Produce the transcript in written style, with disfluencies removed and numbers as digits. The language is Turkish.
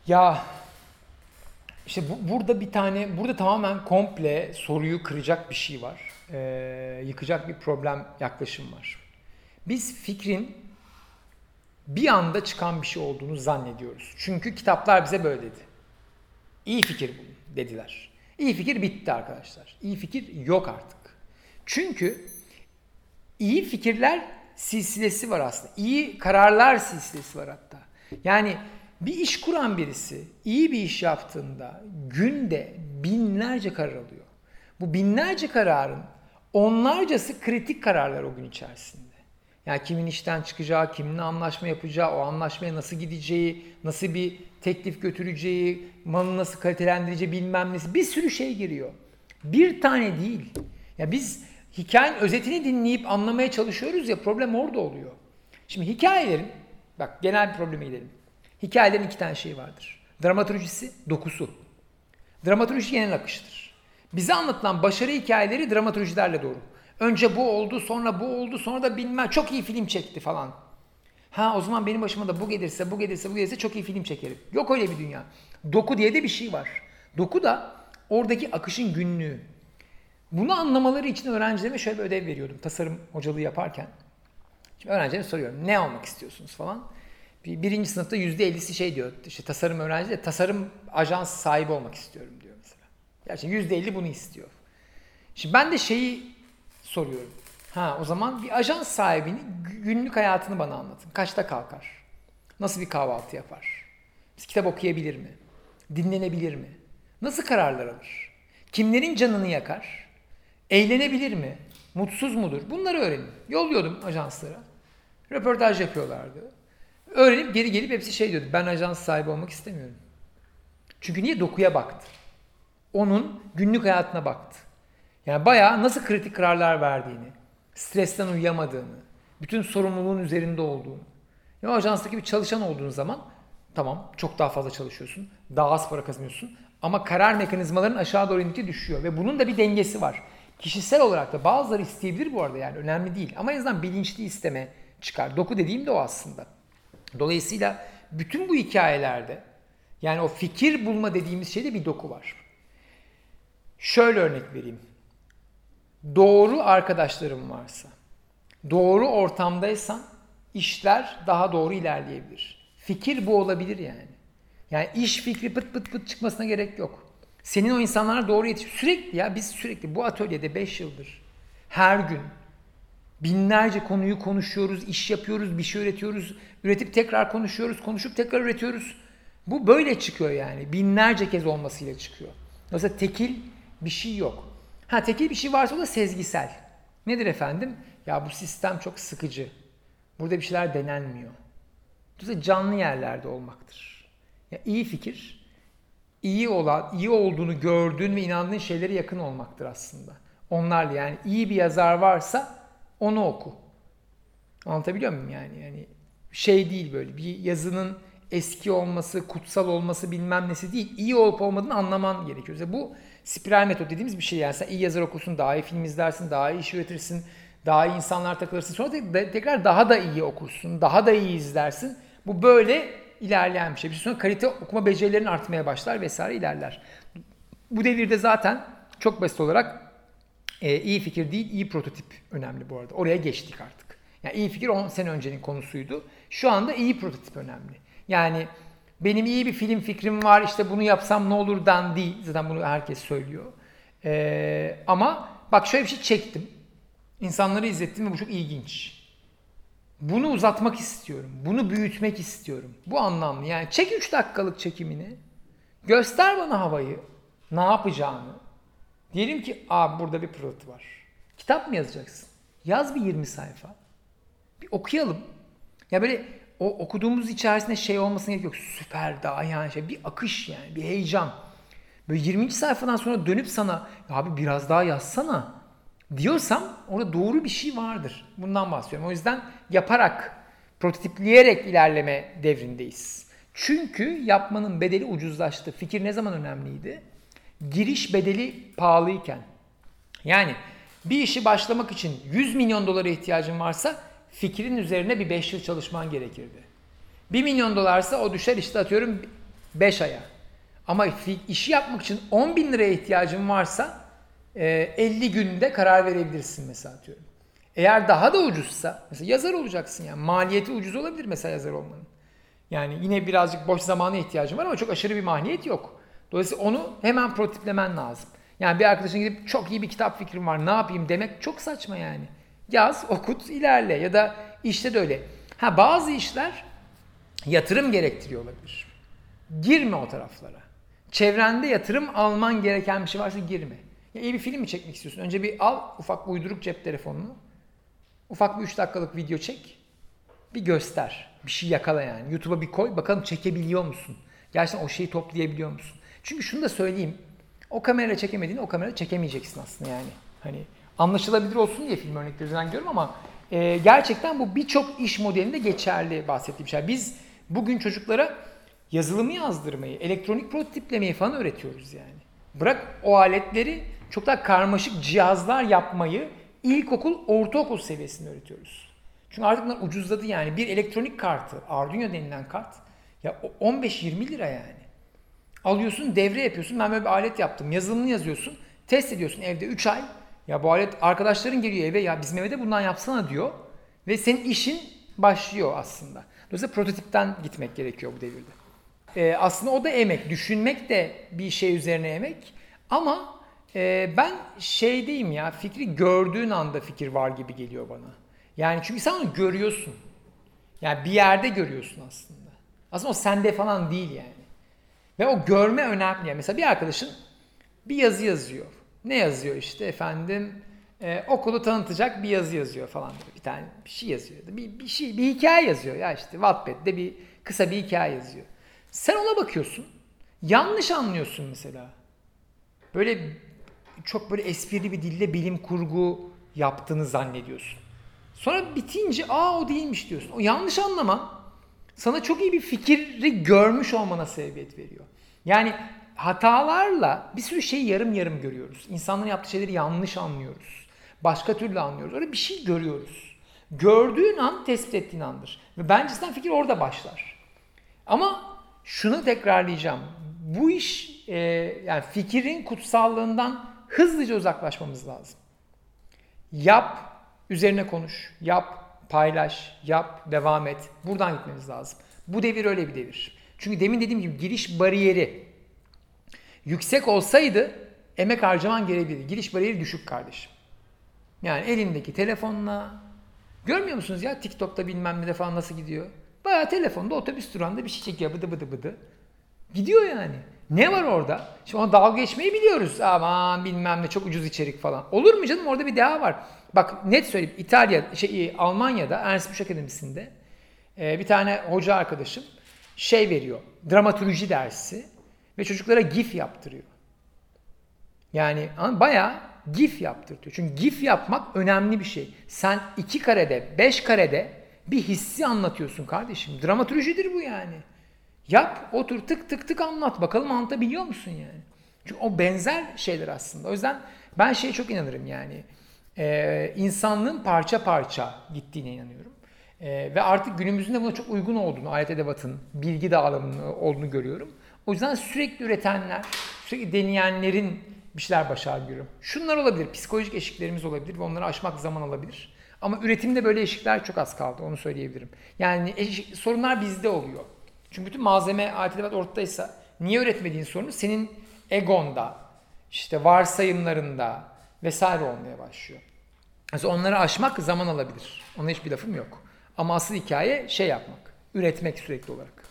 Ya işte burada tamamen komple soruyu kıracak bir şey var. Yıkacak bir problem yaklaşım var. Biz fikrin bir anda çıkan bir şey olduğunu zannediyoruz. Çünkü kitaplar bize böyle dedi. İyi fikir bu dediler. İyi fikir bitti arkadaşlar. İyi fikir yok artık. Çünkü iyi fikirler silsilesi var aslında. İyi kararlar silsilesi var hatta. Yani bir iş kuran birisi iyi bir iş yaptığında günde binlerce karar alıyor. Bu binlerce kararın onlarcası kritik kararlar o gün içerisinde. Yani kimin işten çıkacağı, kiminle anlaşma yapacağı, o anlaşmaya nasıl gideceği, nasıl bir teklif götüreceği, malını nasıl kalitelendireceği bilmem nesi. Bir sürü şey giriyor. Bir tane değil. Ya biz hikayenin özetini dinleyip anlamaya çalışıyoruz ya, problem orada oluyor. Şimdi hikayelerin, bak genel bir probleme gidelim. Hikayelerin iki tane şey vardır. Dramaturjisi, dokusu. Dramaturji genel akıştır. Bize anlatılan başarı hikayeleri dramaturjilerle doğru. Önce bu oldu, sonra bu oldu, sonra da bilmem çok iyi film çekti falan. Ha o zaman benim başıma da bu gelirse çok iyi film çekerim. Yok öyle bir dünya. Doku diye de bir şey var. Doku da oradaki akışın günlüğü. Bunu anlamaları için öğrencilerime şöyle bir ödev veriyordum tasarım hocalığı yaparken. Şimdi öğrencilerime soruyorum ne olmak istiyorsunuz falan. Birinci sınıfta %50'si şey diyor, işte tasarım öğrencileri tasarım ajans sahibi olmak istiyorum diyor mesela. Gerçekten %50 bunu istiyor. Şimdi ben de şeyi soruyorum. Ha o zaman bir ajans sahibinin günlük hayatını bana anlatın. Kaçta kalkar? Nasıl bir kahvaltı yapar? Kitap okuyabilir mi? Dinlenebilir mi? Nasıl kararlar alır? Kimlerin canını yakar? Eğlenebilir mi? Mutsuz mudur? Bunları öğrenin. Yolluyordum ajanslara. Röportaj yapıyorlardı. Öğrenip geri gelip hepsi şey diyordu. Ben ajans sahibi olmak istemiyorum. Çünkü niye? Dokuya baktı. Onun günlük hayatına baktı. Yani bayağı nasıl kritik kararlar verdiğini, stresten uyuyamadığını, bütün sorumluluğun üzerinde olduğunu. Ya o ajanstaki bir çalışan olduğun zaman tamam çok daha fazla çalışıyorsun, daha az para kazanıyorsun ama karar mekanizmaların aşağı doğru indikçe düşüyor ve bunun da bir dengesi var. Kişisel olarak da bazıları isteyebilir bu arada, yani önemli değil ama en azından bilinçli isteme çıkar. Doku dediğim de o aslında. Dolayısıyla bütün bu hikayelerde yani o fikir bulma dediğimiz şeyde bir doku var. Şöyle örnek vereyim. Doğru arkadaşlarım varsa, doğru ortamdaysan işler daha doğru ilerleyebilir. Fikir bu olabilir yani. Yani iş fikri pıt pıt pıt çıkmasına gerek yok. Senin o insanlara doğru sürekli ya biz sürekli bu atölyede 5 yıldır her gün binlerce konuyu konuşuyoruz, iş yapıyoruz, bir şey üretiyoruz, üretip tekrar konuşuyoruz, konuşup tekrar üretiyoruz. Bu böyle çıkıyor yani. Binlerce kez olmasıyla çıkıyor. Dolayısıyla tekil bir şey yok. Ha tekil bir şey varsa o da sezgisel. Nedir efendim? Ya bu sistem çok sıkıcı. Burada bir şeyler denenmiyor. Dolayısıyla canlı yerlerde olmaktır. Ya iyi fikir, iyi olduğunu gördüğün ve inandığın şeylere yakın olmaktır aslında. Onlarla yani iyi bir yazar varsa onu oku. Anlatabiliyor muyum yani? Yani şey değil böyle bir yazının eski olması, kutsal olması bilmem nesi değil. İyi olup olmadığını anlaman gerekiyor. Bu spiral metot dediğimiz bir şey yani. Sen iyi yazar okursun, daha iyi film izlersin, daha iyi iş üretirsin, daha iyi insanlar takılırsın. Sonra tekrar daha da iyi okursun, daha da iyi izlersin. Bu böyle ilerleyen bir şey. Bir süre sonra kalite okuma becerilerin artmaya başlar vesaire ilerler. Bu devirde zaten çok basit olarak iyi fikir değil, iyi prototip önemli bu arada. Oraya geçtik artık. Yani iyi fikir 10 sene öncenin konusuydu. Şu anda iyi prototip önemli. Yani benim iyi bir film fikrim var, işte bunu yapsam ne olur dan değil. Zaten bunu herkes söylüyor. Ama bak şöyle bir şey çektim. İnsanları izlettim ve bu çok ilginç. Bunu uzatmak istiyorum. Bunu büyütmek istiyorum. Bu anlamlı. Yani çek 3 dakikalık çekimini. Göster bana havayı. Ne yapacağını. Diyelim ki burada bir prototip var. Kitap mı yazacaksın? Yaz bir 20 sayfa. Bir okuyalım. Ya böyle o okuduğumuz içerisinde şey olmasına gerek yok. Süper daha yani şey bir akış yani bir heyecan. Böyle 20. sayfadan sonra dönüp sana abi biraz daha yazsana diyorsam orada doğru bir şey vardır. Bundan bahsediyorum. O yüzden yaparak, prototipleyerek ilerleme devrindeyiz. Çünkü yapmanın bedeli ucuzlaştı. Fikir ne zaman önemliydi? Giriş bedeli pahalıyken. Yani bir işi başlamak için 100 milyon dolara ihtiyacın varsa fikrin üzerine bir 5 yıl çalışman gerekirdi. 1 milyon dolarsa o düşer işte atıyorum 5 aya. Ama işi yapmak için 10 bin liraya ihtiyacın varsa 50 günde karar verebilirsin mesela atıyorum. Eğer daha da ucuzsa mesela yazar olacaksın yani. Maliyeti ucuz olabilir mesela yazar olmanın. Yani yine birazcık boş zamana ihtiyacın var ama çok aşırı bir maliyet yok. Dolayısıyla onu hemen prototiplemen lazım. Yani bir arkadaşın gidip çok iyi bir kitap fikrim var ne yapayım demek çok saçma yani. Yaz, okut, ilerle ya da işte de öyle. Bazı işler yatırım gerektiriyor olabilir. Girme o taraflara. Çevrende yatırım alman gereken bir şey varsa girme. Ya iyi bir film mi çekmek istiyorsun? Önce bir al ufak uyduruk cep telefonunu. Ufak bir 3 dakikalık video çek. Bir göster. Bir şey yakala yani. YouTube'a bir koy. Bakalım çekebiliyor musun? Gerçekten o şeyi toplayabiliyor musun? Çünkü şunu da söyleyeyim. O kamerayla çekemediğini o kamerayla çekemeyeceksin aslında yani. Hani anlaşılabilir olsun diye film örneklerinden görüyorum ama gerçekten bu birçok iş modelinde geçerli bahsettiğim şey. Biz bugün çocuklara yazılımı yazdırmayı, elektronik prototiplemeyi falan öğretiyoruz yani. Bırak o aletleri çok daha karmaşık cihazlar yapmayı ilkokul, ortaokul seviyesinde öğretiyoruz. Çünkü artık bunlar ucuzladı yani. Bir elektronik kartı, Arduino denilen kart ya 15-20 lira yani. Alıyorsun, devre yapıyorsun. Ben böyle bir alet yaptım. Yazılımını yazıyorsun. Test ediyorsun evde 3 ay. Ya bu alet arkadaşların geliyor eve ya bizim evde bundan yapsana diyor. Ve senin işin başlıyor aslında. Dolayısıyla prototipten gitmek gerekiyor bu devirde. Aslında o da emek. Düşünmek de bir şey üzerine emek. Ama ben şeydeyim ya fikri gördüğün anda fikir var gibi geliyor bana. Yani çünkü sen onu görüyorsun. Yani bir yerde görüyorsun aslında. Aslında o sende falan değil yani. Ve o görme önemli. Yani mesela bir arkadaşın bir yazı yazıyor. Ne yazıyor işte efendim okulu tanıtacak bir yazı yazıyor falan böyle. Bir tane bir şey yazıyor. Bir hikaye yazıyor ya işte Wattpad'de kısa bir hikaye yazıyor. Sen ona bakıyorsun. Yanlış anlıyorsun mesela. Böyle çok böyle esprili bir dille bilim kurgu yaptığını zannediyorsun. Sonra bitince o değilmiş diyorsun. O yanlış anlama sana çok iyi bir fikri görmüş olmana sebebiyet veriyor. Yani hatalarla bir sürü şeyi yarım yarım görüyoruz. İnsanların yaptığı şeyleri yanlış anlıyoruz. Başka türlü anlıyoruz. Öyle bir şey görüyoruz. Gördüğün an tespit ettiğin andır. Ve bence sen fikir orada başlar. Ama şunu tekrarlayacağım. Bu iş yani fikrin kutsallığından hızlıca uzaklaşmamız lazım. Yap, üzerine konuş. Yap, paylaş, yap, devam et. Buradan gitmemiz lazım. Bu devir öyle bir devir. Çünkü demin dediğim gibi giriş bariyeri yüksek olsaydı emek harcaman gerekebilirdi. Giriş bariyeri düşük kardeşim. Yani elindeki telefonla görmüyor musunuz ya TikTok'ta bilmem ne de falan nasıl gidiyor? Bayağı telefonda otobüs durağında bir şey çekiyor bıdı bıdı bıdı. Gidiyor yani. Ne var orada? Şimdi ona dalga geçmeyi biliyoruz. Aman bilmem ne çok ucuz içerik falan. Olur mu canım? Orada bir daha var. Bak net söyleyeyim. Almanya'da Ernst Busch Akademisi'nde bir tane hoca arkadaşım veriyor. Dramatürji dersi ve çocuklara GIF yaptırıyor. Yani bayağı GIF yaptırtıyor. Çünkü GIF yapmak önemli bir şey. Sen 2 karede, 5 karede bir hissi anlatıyorsun kardeşim. Dramatürjidir bu yani. Yap, otur, tık tık tık anlat. Bakalım anlatabiliyor musun yani? Çünkü o benzer şeyler aslında. O yüzden ben çok inanırım yani. İnsanlığın parça parça gittiğine inanıyorum. Ve artık günümüzün de buna çok uygun olduğunu, alet edevatın, bilgi dağılımının olduğunu görüyorum. O yüzden sürekli üretenler, sürekli deneyenlerin bir şeyler başardığını görüyorum. Şunlar olabilir, psikolojik eşiklerimiz olabilir ve onları aşmak zaman alabilir. Ama üretimde böyle eşikler çok az kaldı, onu söyleyebilirim. Yani sorunlar bizde oluyor. Çünkü bütün malzeme, alet edevat ortadaysa niye üretmediğin sorunu senin egonda, işte varsayımlarında vesaire olmaya başlıyor. Mesela onları aşmak zaman alabilir. Ona hiçbir lafım yok. Ama asıl hikaye yapmak, üretmek sürekli olarak.